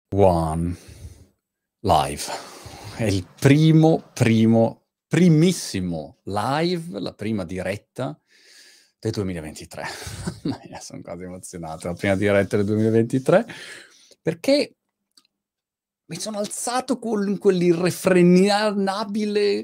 One live. È il primissimo live, la prima diretta del 2023. Mamma mia, son quasi emozionato. La prima diretta del 2023, perché mi sono alzato con quell'irrefrenabile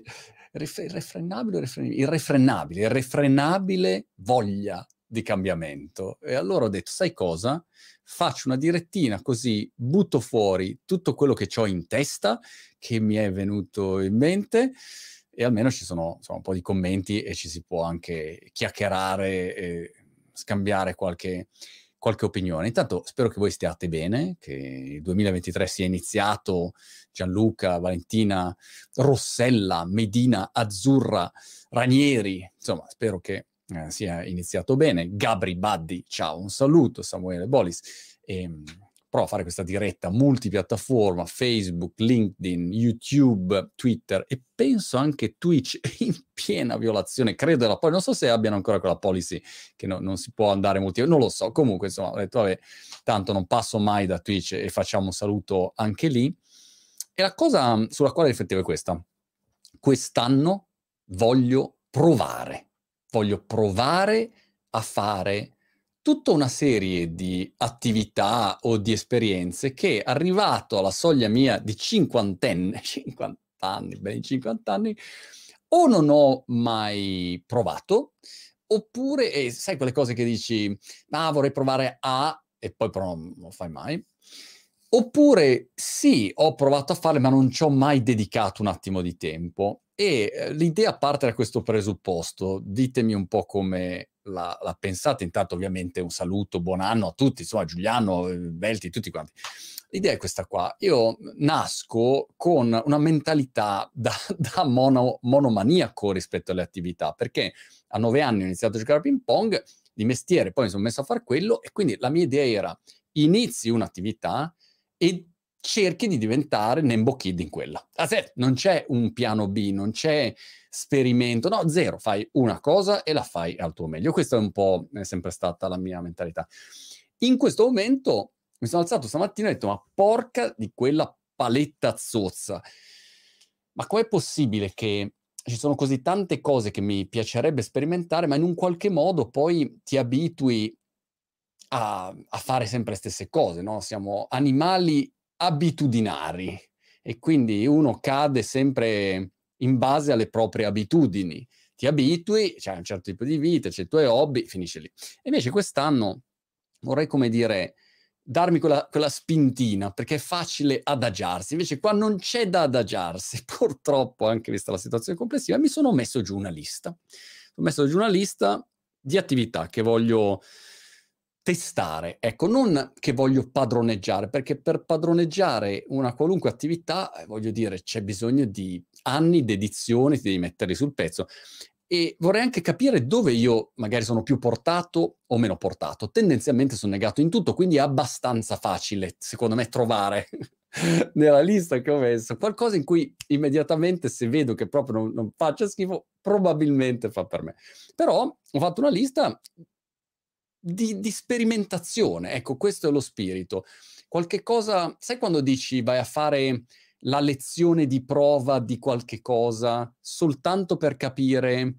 irrefrenabile voglia di cambiamento. E allora ho detto: "Sai cosa? Faccio una direttina così butto fuori tutto quello che c'ho in testa, che mi è venuto in mente, e almeno ci sono, insomma, un po' di commenti e ci si può anche chiacchierare e scambiare qualche opinione. Intanto spero che voi stiate bene, che il 2023 sia iniziato. Gianluca, Valentina, Rossella, Medina, Azzurra, Ranieri, insomma spero che sia iniziato bene. Gabri Baddi, ciao, un saluto. Samuele Bolis. Provo a fare questa diretta multipiattaforma, Facebook, LinkedIn, YouTube, Twitter e penso anche Twitch, in piena violazione, credo, della policy. Non so se abbiano ancora quella policy che non si può andare non lo so. Comunque, insomma, ho detto, vabbè, tanto non passo mai da Twitch e facciamo un saluto anche lì. E la cosa sulla quale riflettevo è questa: quest'anno voglio provare a fare tutta una serie di attività o di esperienze che, arrivato alla soglia mia di cinquantenne, 50 anni, ben 50 anni, o non ho mai provato, oppure sai quelle cose che dici: "Ah, vorrei provare a", e poi però non lo fai mai. Oppure sì, ho provato a farle, ma non c'ho mai dedicato un attimo di tempo. E, l'idea parte da questo presupposto. Ditemi un po' come la pensate. Intanto ovviamente un saluto, buon anno a tutti, insomma Giuliano, Velti, tutti quanti. L'idea è questa qua: io nasco con una mentalità da da monomaniaco rispetto alle attività, perché a 9 anni ho iniziato a giocare a ping pong, di mestiere poi mi son messo a far quello, e quindi la mia idea era: inizi un'attività e cerchi di diventare Nembo Kid in quella. That's it, non c'è un piano B, non c'è sperimento, no, zero, fai una cosa e la fai al tuo meglio. Questa è sempre stata la mia mentalità. In questo momento mi sono alzato stamattina e ho detto: "Ma porca di quella paletta zozza, ma com'è possibile che ci sono così tante cose che mi piacerebbe sperimentare, ma in un qualche modo poi ti abitui a fare sempre le stesse cose, no, siamo animali abitudinari e quindi uno cade sempre in base alle proprie abitudini. Ti abitui, c'hai un certo tipo di vita, c'hai i tuoi hobby, finisce lì. E invece quest'anno vorrei, come dire, darmi quella spintina, perché è facile adagiarsi. Invece qua non c'è da adagiarsi, purtroppo, anche vista la situazione complessiva. Mi sono messo giù una lista. Ho messo giù una lista di attività che voglio testare, ecco, non che voglio padroneggiare, perché per padroneggiare una qualunque attività, voglio dire, c'è bisogno di anni, dedizione, ti devi mettere sul pezzo. E vorrei anche capire dove io magari sono più portato o meno portato. Tendenzialmente son negato in tutto, quindi è abbastanza facile, secondo me, trovare nella lista che ho messo qualcosa in cui immediatamente, se vedo che proprio non faccia schifo, probabilmente fa per me. Però ho fatto una lista di sperimentazione, ecco, questo è lo spirito. Qualche cosa, sai, quando dici vai a fare la lezione di prova di qualche cosa, soltanto per capire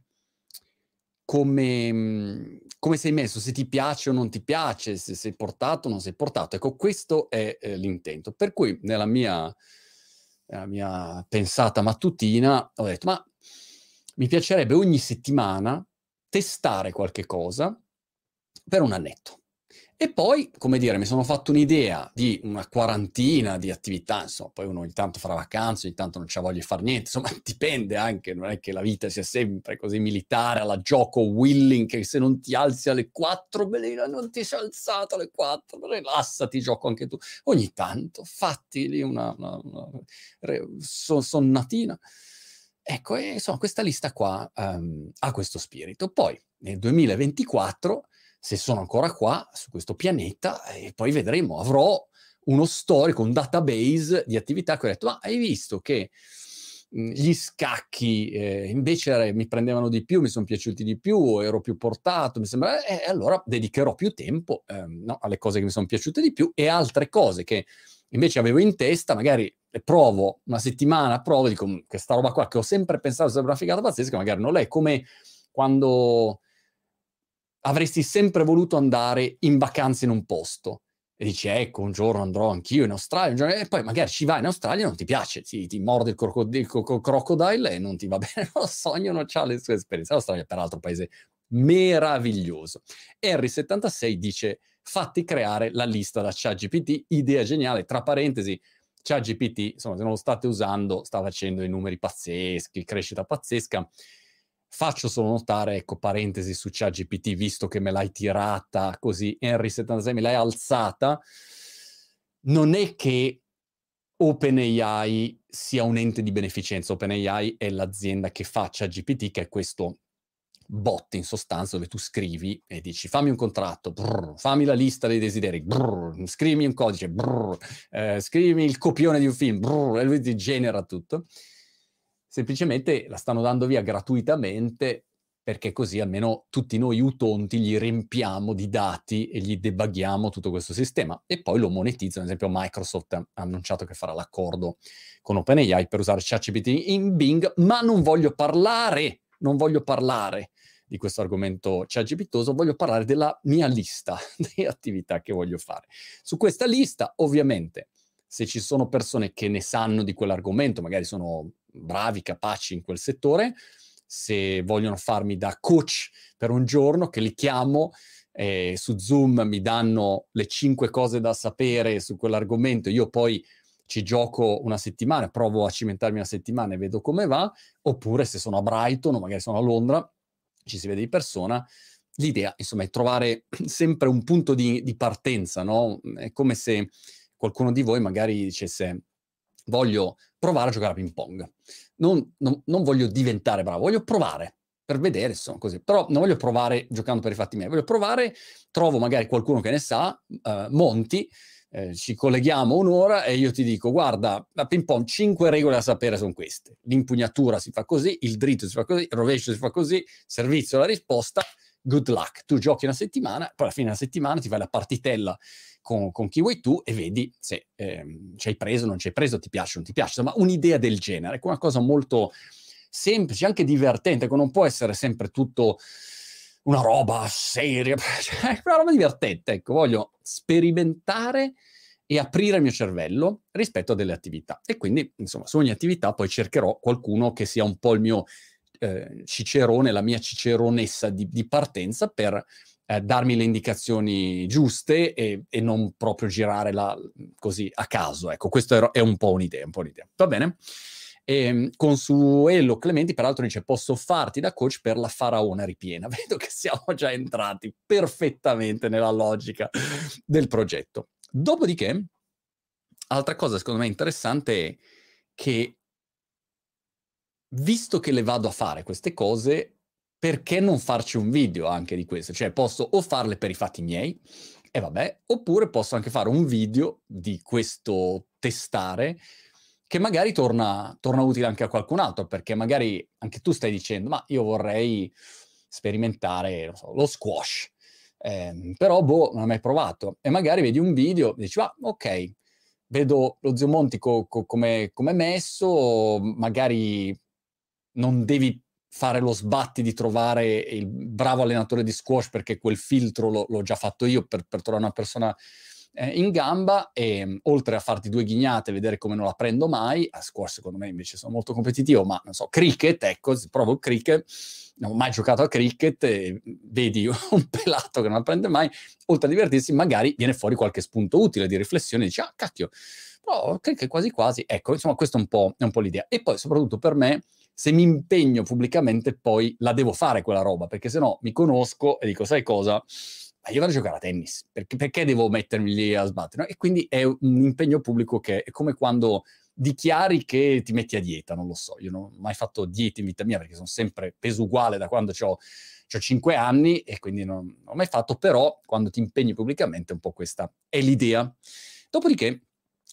come sei messo, se ti piace o non ti piace, se sei portato o non sei portato. Ecco, questo è, l'intento. Per cui nella mia pensata mattutina ho detto: "Ma mi piacerebbe ogni settimana testare qualche cosa per 1 annetto". E poi, come dire, mi sono fatto un'idea di una quarantina di attività, insomma, poi uno ogni tanto fa la vacanza, ogni tanto non c'ha voglia di far niente, insomma dipende anche, non è che la vita sia sempre così militare, alla Jocko Willing, che se non ti alzi alle 4, Belina, non ti sei alzato alle 4, rilassati, gioco anche tu. Ogni tanto fatti lì una sonnatina. Ecco, e insomma questa lista qua, ha questo spirito. Poi nel 2024, se sono ancora qua su questo pianeta, e poi vedremo, avrò uno storico, un database di attività che ho detto: "Ma hai visto che gli scacchi invece mi prendevano di più, mi sono piaciuti di più, ero più portato, mi sembra, e allora dedicherò più tempo no, alle cose che mi sono piaciute di più, e altre cose che invece avevo in testa, magari le provo una settimana, provo, dico questa roba qua che ho sempre pensato sarebbe una figata pazzesca, magari non è, come quando avresti sempre voluto andare in vacanza in un posto e dici ecco un giorno andrò anch'io in Australia, e poi magari ci vai in Australia e non ti piace, ti morde il crocodile e non ti va bene, lo sogno non c'ha le sue esperienze. L'Australia peraltro è un paese meraviglioso. Henry76 dice fatti creare la lista da ChatGPT, idea geniale, tra parentesi ChatGPT, insomma se non lo state usando sta facendo i numeri pazzeschi, crescita pazzesca. Faccio solo notare, ecco, parentesi su ChatGPT, visto che me l'hai tirata così, Henry76 me l'hai alzata, non è che OpenAI sia un ente di beneficenza. OpenAI è l'azienda che fa ChatGPT, che è questo bot in sostanza dove tu scrivi e dici fammi un contratto, fammi la lista dei desideri, scrivimi un codice, scrivimi il copione di un film, e lui ti genera tutto. Semplicemente la stanno dando via gratuitamente perché così almeno tutti noi utonti gli riempiamo di dati e gli debughiamo tutto questo sistema e poi lo monetizzano. Ad esempio Microsoft ha annunciato che farà l'accordo con OpenAI per usare ChatGPT in Bing, ma non voglio parlare di questo argomento ChatGPToso, voglio parlare della mia lista di attività che voglio fare. Su questa lista, ovviamente, se ci sono persone che ne sanno di quell'argomento, magari sono bravi, capaci in quel settore, se vogliono farmi da coach per un giorno, che li chiamo, su Zoom mi danno le 5 cose da sapere su quell'argomento, io poi ci gioco una settimana, provo a cimentarmi una settimana e vedo come va, oppure se sono a Brighton o magari sono a Londra, ci si vede di persona. L'idea, insomma, è trovare sempre un punto di partenza, no? È come se qualcuno di voi magari dicesse voglio provare a giocare a ping pong. Non voglio diventare bravo, voglio provare per vedere, insomma, così. Però non voglio provare giocando per i fatti miei, voglio provare, trovo magari qualcuno che ne sa, Monti, ci colleghiamo un'ora e io ti dico, guarda, a ping pong 5 regole da sapere sono queste. L'impugnatura si fa così, il dritto si fa così, il rovescio si fa così, servizio alla risposta, good luck. Tu giochi una settimana, poi alla fine della settimana ti fai la partitella con chi vuoi tu e vedi se ci hai preso, non ci hai preso, ti piace o non ti piace. Insomma, un'idea del genere, una cosa molto semplice, anche divertente, che non può essere sempre tutto una roba seria, cioè una roba divertente. Ecco, voglio sperimentare e aprire il mio cervello rispetto a delle attività. E quindi, insomma, su ogni attività poi cercherò qualcuno che sia un po' il mio cicerone, la mia ciceronessa di partenza per darmi le indicazioni giuste e non proprio girare così a caso. Ecco, questo è un po' un'idea, Va bene? Consuelo Clementi, peraltro, dice posso farti da coach per la faraona ripiena. Vedo che siamo già entrati perfettamente nella logica del progetto. Dopodiché, altra cosa secondo me interessante è che visto che le vado a fare queste cose, perché non farci un video anche di questo? Cioè posso o farle per i fatti miei, e vabbè, oppure posso anche fare un video di questo testare che magari torna utile anche a qualcun altro, perché magari anche tu stai dicendo, ma io vorrei sperimentare, non so, lo squash, però boh, non ho mai provato. E magari vedi un video e dici, ah, ok, vedo lo zio Monti come è messo, magari non devi fare lo sbatti di trovare il bravo allenatore di squash perché quel filtro l'ho già fatto io per trovare una persona in gamba e oltre a farti 2 ghignate e vedere come non la prendo mai, a squash secondo me invece sono molto competitivo, ma non so, cricket, ecco, provo il cricket, non ho mai giocato a cricket, e vedi un pelato che non la prende mai, oltre a divertirsi magari viene fuori qualche spunto utile di riflessione e dici, ah cacchio, però cricket quasi quasi, ecco, insomma questa è un po' l'idea. E poi soprattutto per me, se mi impegno pubblicamente poi la devo fare quella roba, perché sennò mi conosco e dico, sai cosa? Ma io vado a giocare a tennis, perché devo mettermi lì a sbattere? No? E quindi è un impegno pubblico che è come quando dichiari che ti metti a dieta, non lo so, io non ho mai fatto dieta in vita mia perché sono sempre peso uguale da quando ho 5 anni e quindi non ho mai fatto, però quando ti impegni pubblicamente un po' questa è l'idea. Dopodiché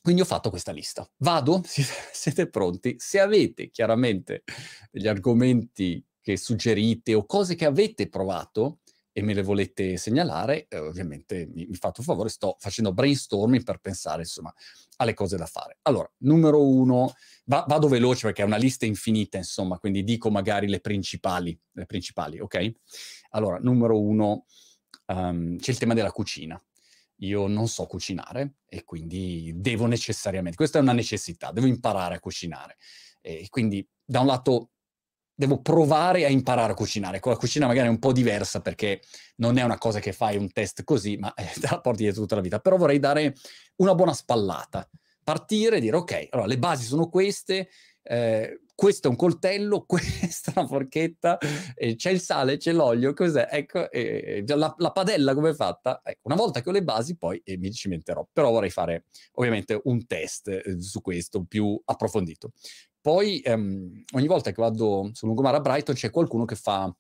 Quindi ho fatto questa lista. Vado? Siete pronti? Se avete chiaramente degli argomenti che suggerite o cose che avete provato e me le volete segnalare, ovviamente mi fate un favore, sto facendo brainstorming per pensare, insomma, alle cose da fare. Allora, numero 1, vado veloce perché è una lista infinita, insomma, quindi dico magari le principali, ok? Allora, numero 1, c'è il tema della cucina. Io non so cucinare e quindi devo necessariamente, questa è una necessità, devo imparare a cucinare. E quindi da un lato devo provare a imparare a cucinare. Con la cucina magari è un po' diversa perché non è una cosa che fai un test così, ma te la porti dietro tutta la vita. Però vorrei dare una buona spallata. Partire e dire, ok, allora le basi sono queste, questo è un coltello, questa è una forchetta, c'è il sale, c'è l'olio, cos'è? Ecco, la padella come è fatta? Ecco, una volta che ho le basi poi mi cimenterò. Però vorrei fare ovviamente un test su questo più approfondito. Poi ogni volta che vado sul lungomare a Brighton c'è qualcuno che fa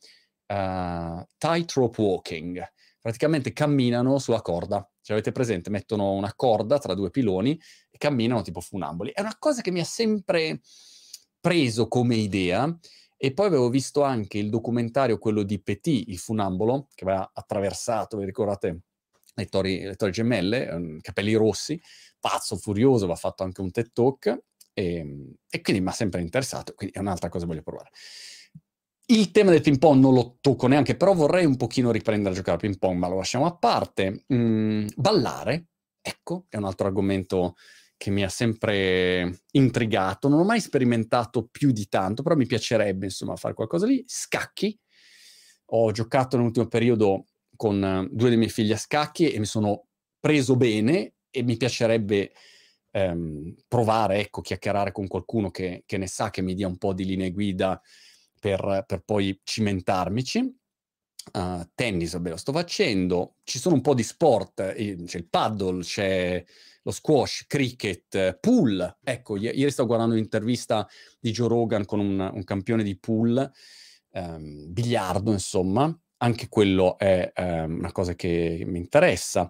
tightrope walking. Praticamente camminano sulla corda. Cioè, avete presente? Mettono una corda tra due piloni e camminano tipo funamboli. È una cosa che mi ha sempre preso come idea. E poi avevo visto anche il documentario, quello di Petit, il funambolo, che aveva attraversato, vi ricordate, le torri gemelle, capelli rossi, pazzo, furioso, aveva fatto anche un TED Talk. E quindi mi ha sempre interessato, quindi è un'altra cosa che voglio provare. Il tema del ping pong non lo tocco neanche, però vorrei un pochino riprendere a giocare a ping pong, ma lo lasciamo a parte. Ballare, ecco, è un altro argomento che mi ha sempre intrigato. Non ho mai sperimentato più di tanto, però mi piacerebbe, insomma, fare qualcosa lì. Scacchi. Ho giocato nell'ultimo periodo con due dei miei figli a scacchi e mi sono preso bene e mi piacerebbe provare, ecco, chiacchierare con qualcuno che ne sa, che mi dia un po' di linee guida per poi cimentarmici. Tennis, vabbè, lo sto facendo. Ci sono un po' di sport, c'è il paddle, c'è lo squash, cricket, pool. Ecco, ieri stavo guardando un'intervista di Joe Rogan con un campione di pool, biliardo, insomma. Anche quello è una cosa che mi interessa.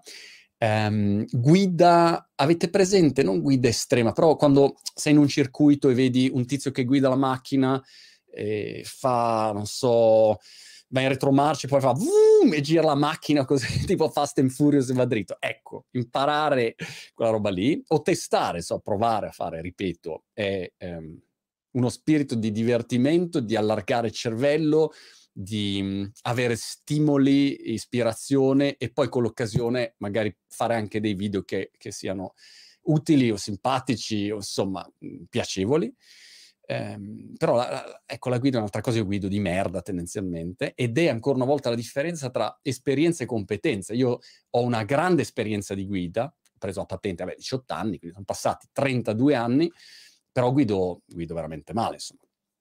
Guida, avete presente? Non guida estrema, però quando sei in un circuito e vedi un tizio che guida la macchina e fa, non so, va in retromarcia e poi fa vroom, e gira la macchina così, tipo Fast and Furious e va dritto. Ecco, imparare quella roba lì, o testare, provare a fare, ripeto, è uno spirito di divertimento, di allargare il cervello, di avere stimoli, ispirazione e poi con l'occasione magari fare anche dei video che siano utili o simpatici o insomma piacevoli. Però ecco, la guida è un'altra cosa. Io guido di merda tendenzialmente ed è ancora una volta la differenza tra esperienza e competenza. Io ho una grande esperienza di guida, ho preso la patente a 18 anni, quindi sono passati 32 anni, però guido veramente male, insomma.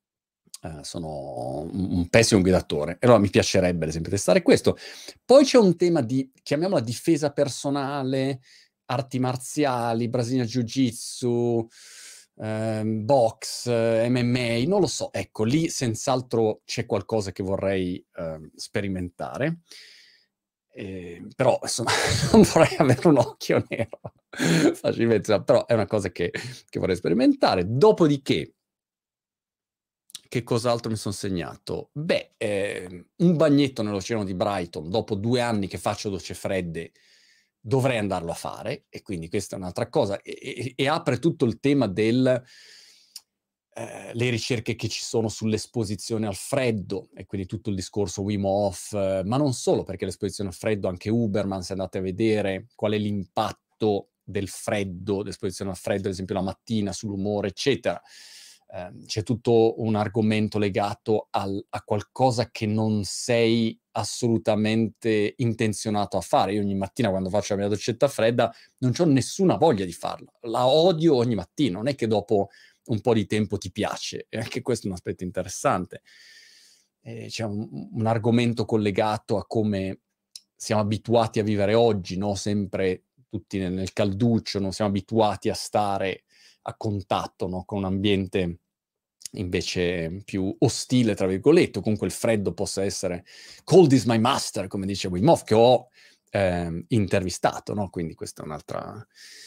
Sono un pessimo guidatore. E allora mi piacerebbe, ad esempio, testare questo. Poi c'è un tema di, chiamiamola difesa personale, arti marziali, Brazilian Jiu-Jitsu, box, MMA, non lo so. Ecco, lì senz'altro c'è qualcosa che vorrei sperimentare. Però, insomma, non vorrei avere un occhio nero facilmente, però è una cosa che vorrei sperimentare. Dopodiché, che cos'altro mi sono segnato? Beh, un bagnetto nell'oceano di Brighton, dopo 2 anni che faccio docce fredde, dovrei andarlo a fare, e quindi questa è un'altra cosa, e apre tutto il tema del le ricerche che ci sono sull'esposizione al freddo, e quindi tutto il discorso Wim Hof, ma non solo, perché l'esposizione al freddo, anche Huberman, se andate a vedere qual è l'impatto del freddo, l'esposizione al freddo, ad esempio la mattina, sull'umore, eccetera. C'è tutto un argomento legato a qualcosa che non sei assolutamente intenzionato a fare. Io ogni mattina quando faccio la mia doccetta fredda non c'ho nessuna voglia di farla, la odio ogni mattina, non è che dopo un po' di tempo ti piace, e anche questo è un aspetto interessante. C'è un argomento collegato a come siamo abituati a vivere oggi, no? Sempre tutti nel calduccio, non siamo abituati a stare a contatto, no? Con un ambiente invece più ostile, tra virgolette, o comunque il freddo possa essere cold is my master, come dice Wim Hof, che ho intervistato, no? Quindi questa è un'altra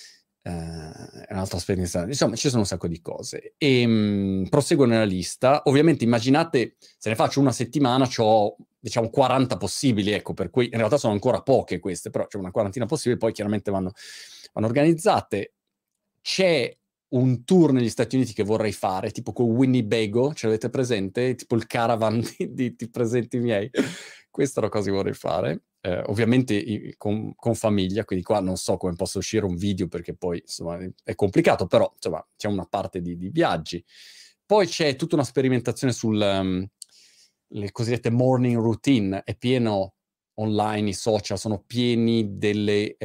è un'altra esperienza. Insomma, ci sono un sacco di cose. Proseguo nella lista. Ovviamente immaginate, se ne faccio una settimana, c'ho, diciamo, 40 possibili, ecco, per cui in realtà sono ancora poche queste, però c'è una quarantina possibili, poi chiaramente vanno organizzate. C'è un tour negli Stati Uniti che vorrei fare, tipo con Winnebago, ce l'avete presente? Tipo il caravan di presenti miei. Questa è una cosa che vorrei fare. Ovviamente con famiglia, quindi qua non so come possa uscire un video perché poi insomma è complicato, però insomma c'è una parte di viaggi. Poi c'è tutta una sperimentazione sulle cosiddette morning routine, è pieno online, i social sono pieni delle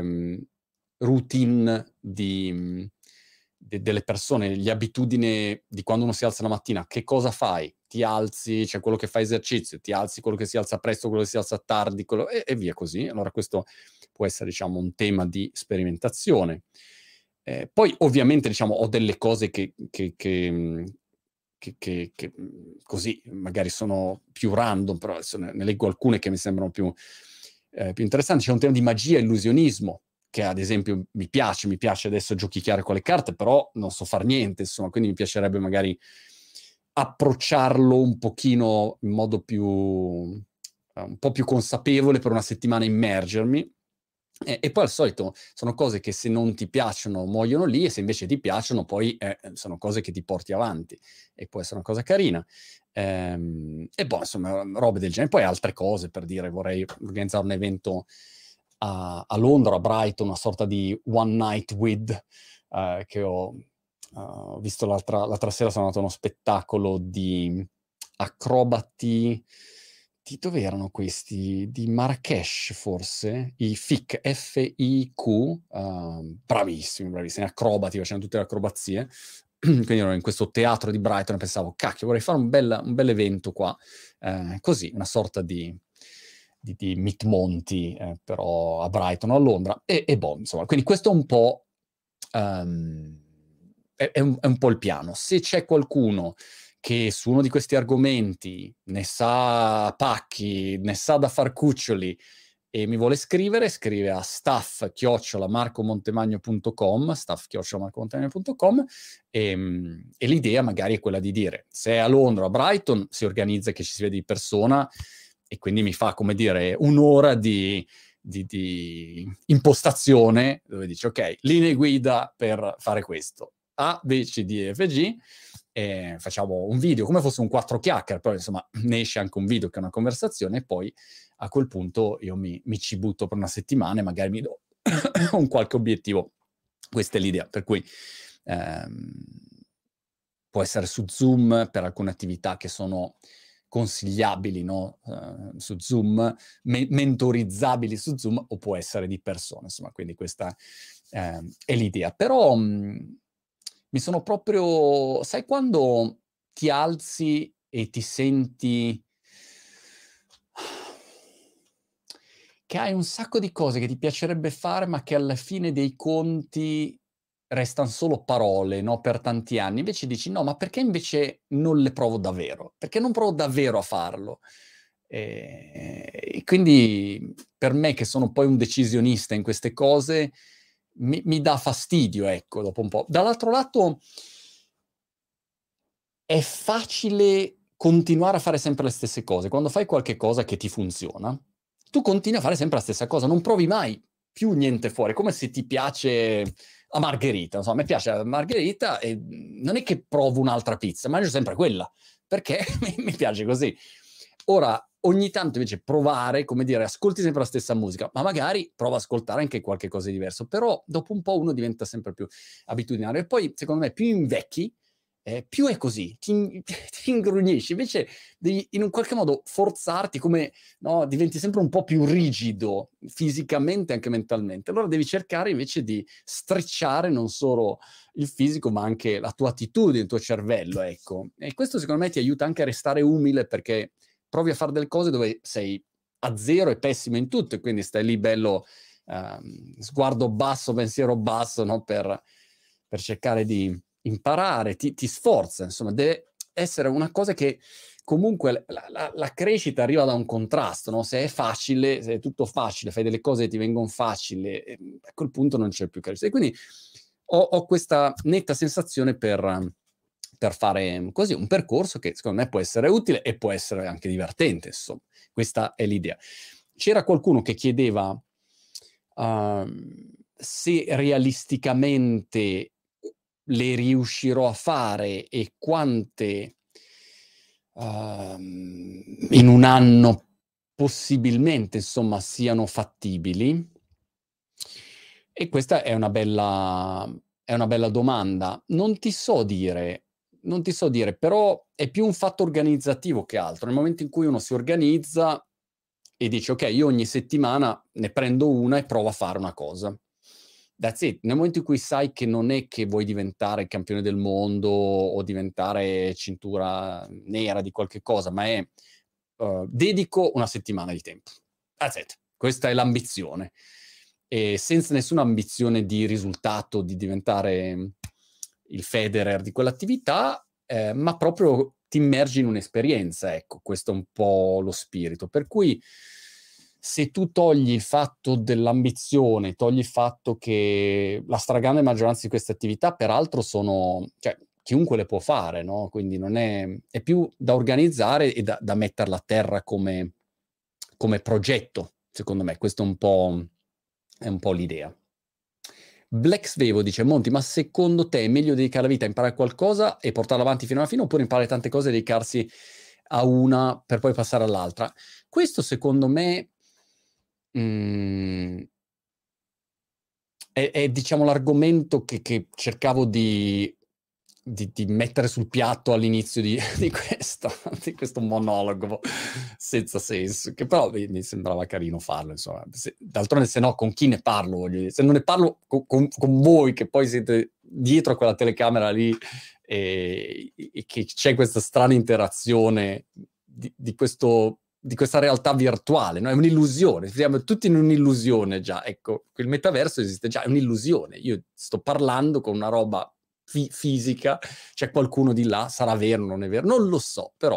routine delle persone, le abitudini di quando uno si alza la mattina. Che cosa fai? Ti alzi, c'è quello che fa esercizio, ti alzi quello che si alza presto, quello che si alza tardi, e via così. Allora questo può essere, diciamo, un tema di sperimentazione. Poi ovviamente, diciamo, ho delle cose che così magari sono più random, però adesso ne leggo alcune che mi sembrano più interessanti. C'è un tema di magia e illusionismo, che ad esempio mi piace adesso giochicchiare con le carte, però non so far niente, insomma, quindi mi piacerebbe magari approcciarlo un pochino in modo più, un po' più consapevole per una settimana, immergermi. E poi al solito sono cose che se non ti piacciono muoiono lì, e se invece ti piacciono poi sono cose che ti porti avanti e può essere una cosa carina. E poi insomma robe del genere. Poi altre cose, per dire, vorrei organizzare un evento a Londra, a Brighton, una sorta di One Night With, che ho visto l'altra sera. Sono andato a uno spettacolo di acrobati. Dove erano questi? Di Marrakesh, forse? I FIC, F-I-Q, bravissimi, acrobati, facevano tutte le acrobazie. Quindi ero in questo teatro di Brighton e pensavo, cacchio, vorrei fare un bel evento qua. Così, una sorta di Meet Monty, però a Brighton o a Londra. E boh, insomma, quindi questo è un po'... è un po' il piano. Se c'è qualcuno che su uno di questi argomenti ne sa pacchi, ne sa da far cuccioli e mi vuole scrive a staff@marcomontemagno.com, e l'idea magari è quella di dire, se è a Londra o a Brighton si organizza che ci si vede di persona, e quindi mi fa, come dire, un'ora di impostazione dove dice ok, linee guida per fare questo, A, B, C, D, E, F, G. Facciamo un video come fosse un 4 chiacchiere, però insomma ne esce anche un video che è una conversazione, e poi a quel punto io mi ci butto per una settimana e magari mi do un qualche obiettivo. Questa è l'idea, per cui può essere su Zoom per alcune attività che sono consigliabili, no? Su Zoom, mentorizzabili su Zoom, o può essere di persona, insomma, quindi questa è l'idea. Però mi sono proprio... Sai quando ti alzi e ti senti che hai un sacco di cose che ti piacerebbe fare, ma che alla fine dei conti restan solo parole, no, per tanti anni. Invece dici: "No, ma perché invece non le provo davvero? Perché non provo davvero a farlo?" E quindi per me, che sono poi un decisionista in queste cose, mi dà fastidio, ecco, dopo un po'. Dall'altro lato è facile continuare a fare sempre le stesse cose. Quando fai qualche cosa che ti funziona, tu continui a fare sempre la stessa cosa, non provi mai più niente fuori, come se ti piace la margherita. Non so, a me piace la margherita e non è che provo un'altra pizza, mangio sempre quella, perché mi piace così. Ora, ogni tanto invece provare, come dire, ascolti sempre la stessa musica, ma magari prova ad ascoltare anche qualche cosa di diverso, però dopo un po' uno diventa sempre più abitudinario. E poi, secondo me, più invecchi, più è così, ti ingrugnisci, invece devi in un qualche modo forzarti, come, no, diventi sempre un po' più rigido fisicamente e anche mentalmente. Allora devi cercare invece di strecciare non solo il fisico, ma anche la tua attitudine, il tuo cervello, ecco. E questo secondo me ti aiuta anche a restare umile, perché provi a fare delle cose dove sei a zero e pessimo in tutto, e quindi stai lì bello sguardo basso, pensiero basso, no? Per cercare di imparare, ti sforza, insomma, essere una cosa che comunque la crescita arriva da un contrasto, no? Se è facile, se è tutto facile, fai delle cose che ti vengono facili, a quel punto non c'è più crescita. E quindi ho questa netta sensazione per fare così un percorso che secondo me può essere utile e può essere anche divertente, insomma. Questa è l'idea. C'era qualcuno che chiedeva se realisticamente le riuscirò a fare e quante in un anno possibilmente, insomma, siano fattibili. E questa è una bella domanda. Non ti so dire, però è più un fatto organizzativo che altro. Nel momento in cui uno si organizza e dice: ok, io ogni settimana ne prendo una e provo a fare una cosa. That's it. Nel momento in cui sai che non è che vuoi diventare campione del mondo o diventare cintura nera di qualche cosa, ma è dedico una settimana di tempo. That's it. Questa è l'ambizione. E senza nessuna ambizione di risultato, di diventare il Federer di quell'attività, ma proprio ti immergi in un'esperienza, ecco, questo è un po' lo spirito. Per cui se tu togli il fatto dell'ambizione, togli il fatto che la stragrande maggioranza di queste attività, peraltro, sono, cioè, chiunque le può fare, no? Quindi non è più da organizzare e da metterla a terra come progetto, secondo me. Questo è un po' l'idea. Black Svevo dice: Monti, ma secondo te è meglio dedicare la vita a imparare qualcosa e portarla avanti fino alla fine, oppure imparare tante cose e dedicarsi a una per poi passare all'altra? Questo secondo me è diciamo l'argomento che cercavo di mettere sul piatto all'inizio di questo monologo senza senso, che però mi sembrava carino farlo, insomma. D'altronde, se no, con chi ne parlo, voglio dire? Se non ne parlo con voi, che poi siete dietro a quella telecamera lì e che c'è questa strana interazione di questa realtà virtuale, no? È un'illusione, siamo tutti in un'illusione già, ecco, il metaverso esiste già, è un'illusione. Io sto parlando con una roba fisica, c'è qualcuno di là, sarà vero o non è vero, non lo so, però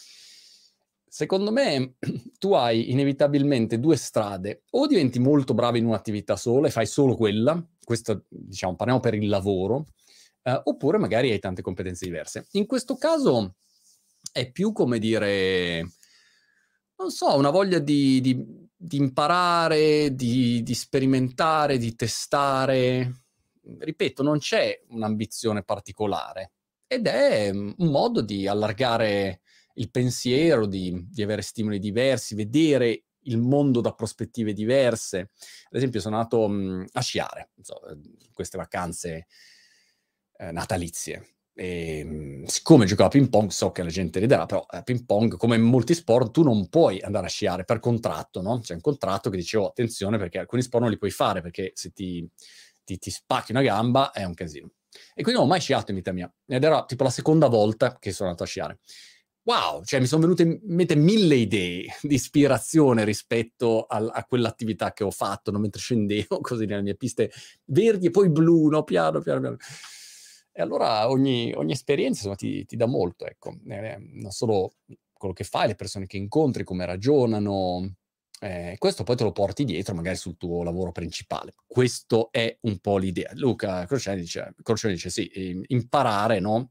secondo me tu hai inevitabilmente due strade: o diventi molto bravo in un'attività sola e fai solo quella, questo diciamo parliamo per il lavoro, oppure magari hai tante competenze diverse. In questo caso è più come dire, non so, una voglia di imparare, di sperimentare, di testare. Ripeto, non c'è un'ambizione particolare ed è un modo di allargare il pensiero, di avere stimoli diversi, vedere il mondo da prospettive diverse. Ad esempio, sono andato a sciare, non so, queste vacanze natalizie. E, siccome giocavo a ping pong, so che la gente riderà, però a ping pong, come in molti sport, tu non puoi andare a sciare per contratto, no? C'è un contratto che dice: oh, attenzione, perché alcuni sport non li puoi fare, perché se ti spacchi una gamba è un casino. E quindi non ho mai sciato in vita mia, ed era tipo la seconda volta che sono andato a sciare. Wow, cioè mi sono venute in mente 1000 idee di ispirazione rispetto a quell'attività che ho fatto, no? Mentre scendevo così nelle mie piste verdi e poi blu, no? Piano, piano, piano. E allora ogni esperienza, insomma, ti dà molto, ecco. Non solo quello che fai, le persone che incontri, come ragionano, questo poi te lo porti dietro magari sul tuo lavoro principale. Questo è un po' l'idea. Luca Crociani dice sì, imparare, no?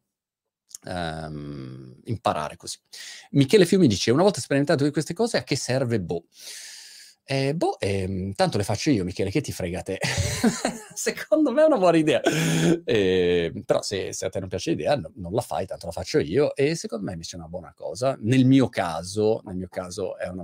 Imparare così. Michele Fiumi dice: una volta sperimentato tutte queste cose, a che serve? Tanto le faccio io, Michele, che ti frega te? Secondo me è una buona idea. Però se a te non piace l'idea, non la fai, tanto la faccio io, e secondo me invece è una buona cosa. Nel mio caso è una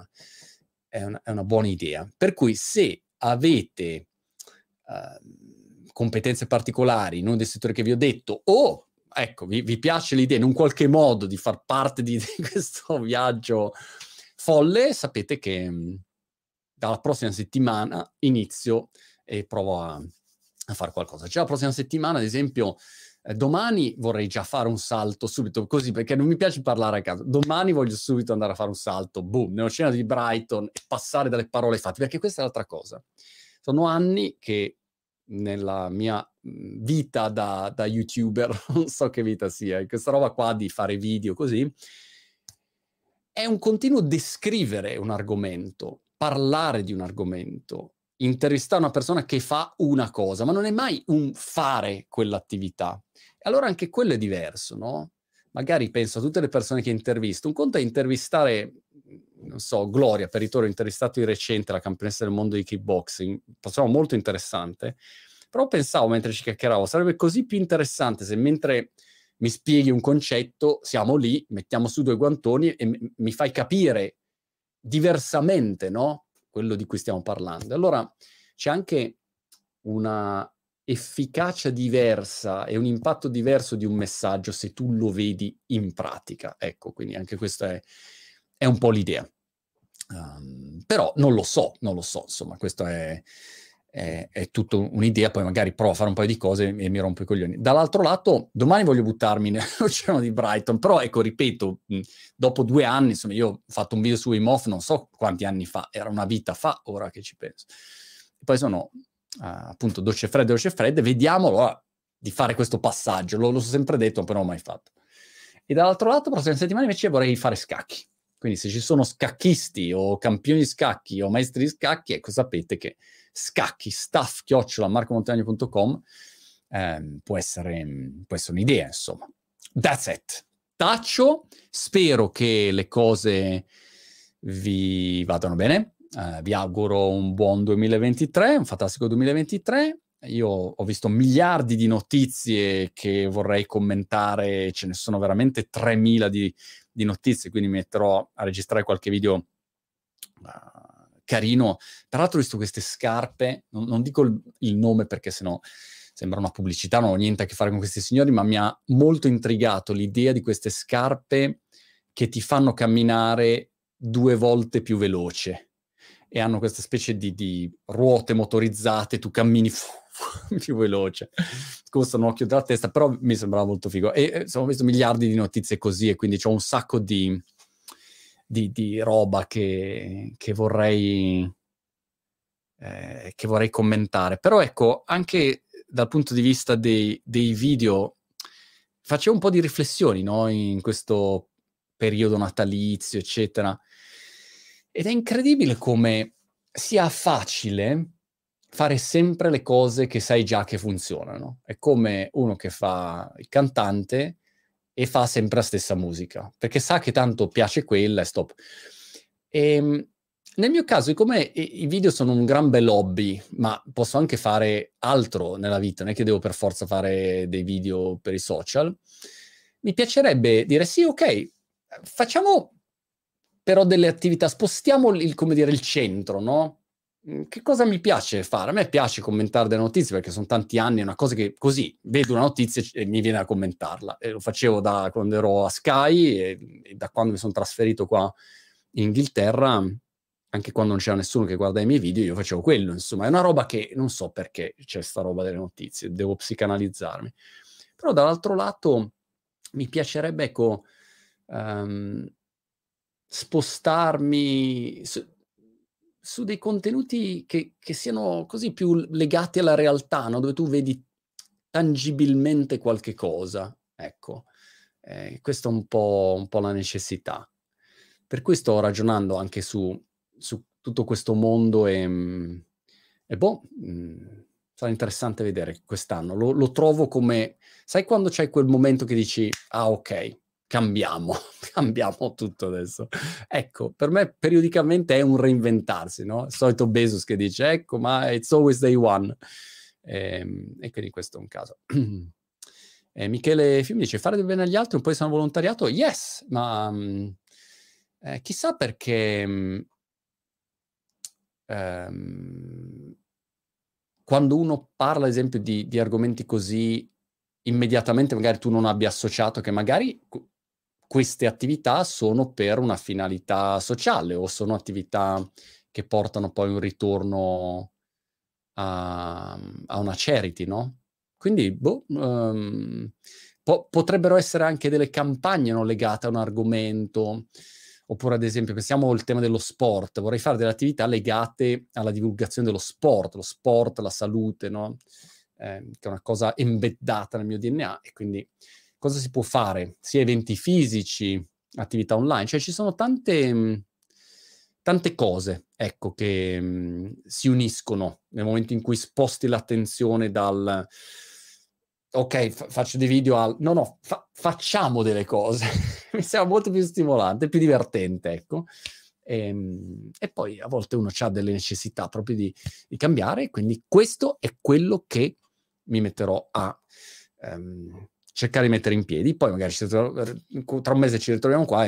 buona idea. Per cui se avete competenze particolari in uno dei settori che vi ho detto, o ecco, vi piace l'idea in un qualche modo di far parte di questo viaggio folle, sapete che dalla prossima settimana inizio e provo a fare qualcosa. Già la prossima settimana, ad esempio, domani vorrei già fare un salto subito, così, perché non mi piace parlare a caso. Domani voglio subito andare a fare un salto, boom, nell'oceano di Brighton, e passare dalle parole fatte, perché questa è l'altra cosa. Sono anni che nella mia vita da YouTuber, non so che vita sia, questa roba qua di fare video così, è un continuo descrivere un argomento, parlare di un argomento, intervistare una persona che fa una cosa, ma non è mai un fare quell'attività. E allora anche quello è diverso, no? Magari penso a tutte le persone che intervisto. Un conto è intervistare, non so, Gloria Peritore, ho intervistato di recente, la campionessa del mondo di kickboxing, persona molto interessante, però pensavo mentre ci chiacchieravo, sarebbe così più interessante se mentre mi spieghi un concetto, siamo lì, mettiamo su due guantoni e mi fai capire diversamente, no? Quello di cui stiamo parlando. Allora c'è anche una efficacia diversa e un impatto diverso di un messaggio se tu lo vedi in pratica. Ecco, quindi anche questa è un po' l'idea. Però non lo so, insomma, questo è tutto un'idea, poi magari provo a fare un paio di cose e mi rompo i coglioni. Dall'altro lato, domani voglio buttarmi nell'oceano di Brighton, però ecco, ripeto, dopo 2 anni, insomma, io ho fatto un video su Wim Hof, non so quanti anni fa, era una vita fa, ora che ci penso. E poi sono appunto docce fredde, vediamo allora di fare questo passaggio, l'ho sempre detto, però non l'ho mai fatto. E dall'altro lato, la prossima settimana invece vorrei fare scacchi. Quindi se ci sono scacchisti o campioni di scacchi o maestri di scacchi, ecco, sapete che scacchi, staff@marcomontagno.com può essere un'idea, insomma. That's it. Taccio, spero che le cose vi vadano bene. Vi auguro un buon 2023, un fantastico 2023. Io ho visto miliardi di notizie che vorrei commentare, ce ne sono veramente 3000 di notizie, quindi mi metterò a registrare qualche video carino. Tra l'altro ho visto queste scarpe, non dico il nome perché sennò sembra una pubblicità, non ho niente a che fare con questi signori, ma mi ha molto intrigato l'idea di queste scarpe che ti fanno camminare 2 volte più veloce e hanno questa specie di ruote motorizzate, tu cammini più veloce. Costano un occhio della testa, però mi sembrava molto figo. E ho visto miliardi di notizie così e quindi c'ho un sacco di roba che vorrei commentare. Però ecco, anche dal punto di vista dei video, facevo un po' di riflessioni, no? In questo periodo natalizio, eccetera. Ed è incredibile come sia facile fare sempre le cose che sai già che funzionano. È come uno che fa il cantante e fa sempre la stessa musica, perché sa che tanto piace quella e stop. Nel mio caso, siccome i video sono un gran bel hobby, ma posso anche fare altro nella vita, non è che devo per forza fare dei video per i social, mi piacerebbe dire sì, ok, facciamo però delle attività, spostiamo come dire, il centro, no? Che cosa mi piace fare? A me piace commentare delle notizie perché sono tanti anni, è una cosa che così vedo una notizia e mi viene a commentarla. E lo facevo da quando ero a Sky e da quando mi sono trasferito qua in Inghilterra, anche quando non c'era nessuno che guarda i miei video, io facevo quello, insomma. È una roba che non so perché c'è sta roba delle notizie, devo psicanalizzarmi. Però dall'altro lato mi piacerebbe, ecco, spostarmi su dei contenuti che siano così più legati alla realtà, no? Dove tu vedi tangibilmente qualche cosa, ecco. Questa è un po' la necessità. Per cui sto ragionando anche su tutto questo mondo e sarà interessante vedere quest'anno. Lo trovo come... Sai quando c'hai quel momento che dici, ah ok, cambiamo tutto adesso. Ecco, per me periodicamente è un reinventarsi, no? Il solito Bezos che dice, ecco, ma it's always day one. E quindi questo è un caso. Michele Fiumi dice, fare del bene agli altri un po' di sano volontariato? Yes, ma chissà perché quando uno parla, ad esempio, di argomenti così, immediatamente magari tu non abbia associato che magari queste attività sono per una finalità sociale o sono attività che portano poi un ritorno a una charity, no? Quindi, potrebbero essere anche delle campagne, no, legate a un argomento, Oppure ad esempio pensiamo al tema dello sport, vorrei fare delle attività legate alla divulgazione dello sport, lo sport, la salute, no? Che è una cosa embeddata nel mio DNA, e quindi cosa si può fare? Sia eventi fisici, attività online, cioè ci sono tante cose, ecco, che si uniscono nel momento in cui sposti l'attenzione dal ok, faccio dei video al no, no, facciamo delle cose. Mi sembra molto più stimolante, più divertente, ecco. E poi a volte uno c'ha delle necessità proprio di cambiare, quindi questo è quello che mi metterò a cercare di mettere in piedi. Poi magari tra un mese ci ritroviamo qua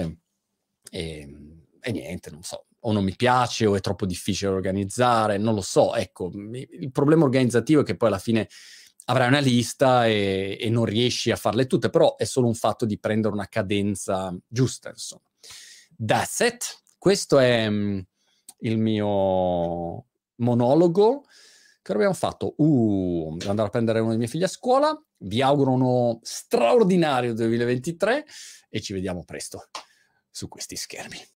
e niente, non so, o non mi piace o è troppo difficile organizzare, non lo so. Ecco, il problema organizzativo è che poi alla fine avrai una lista e non riesci a farle tutte, però è solo un fatto di prendere una cadenza giusta, insomma. That's it. Questo è il mio monologo che abbiamo fatto. Devo andare a prendere uno dei miei figli a scuola. Vi auguro uno straordinario 2023 e ci vediamo presto su questi schermi.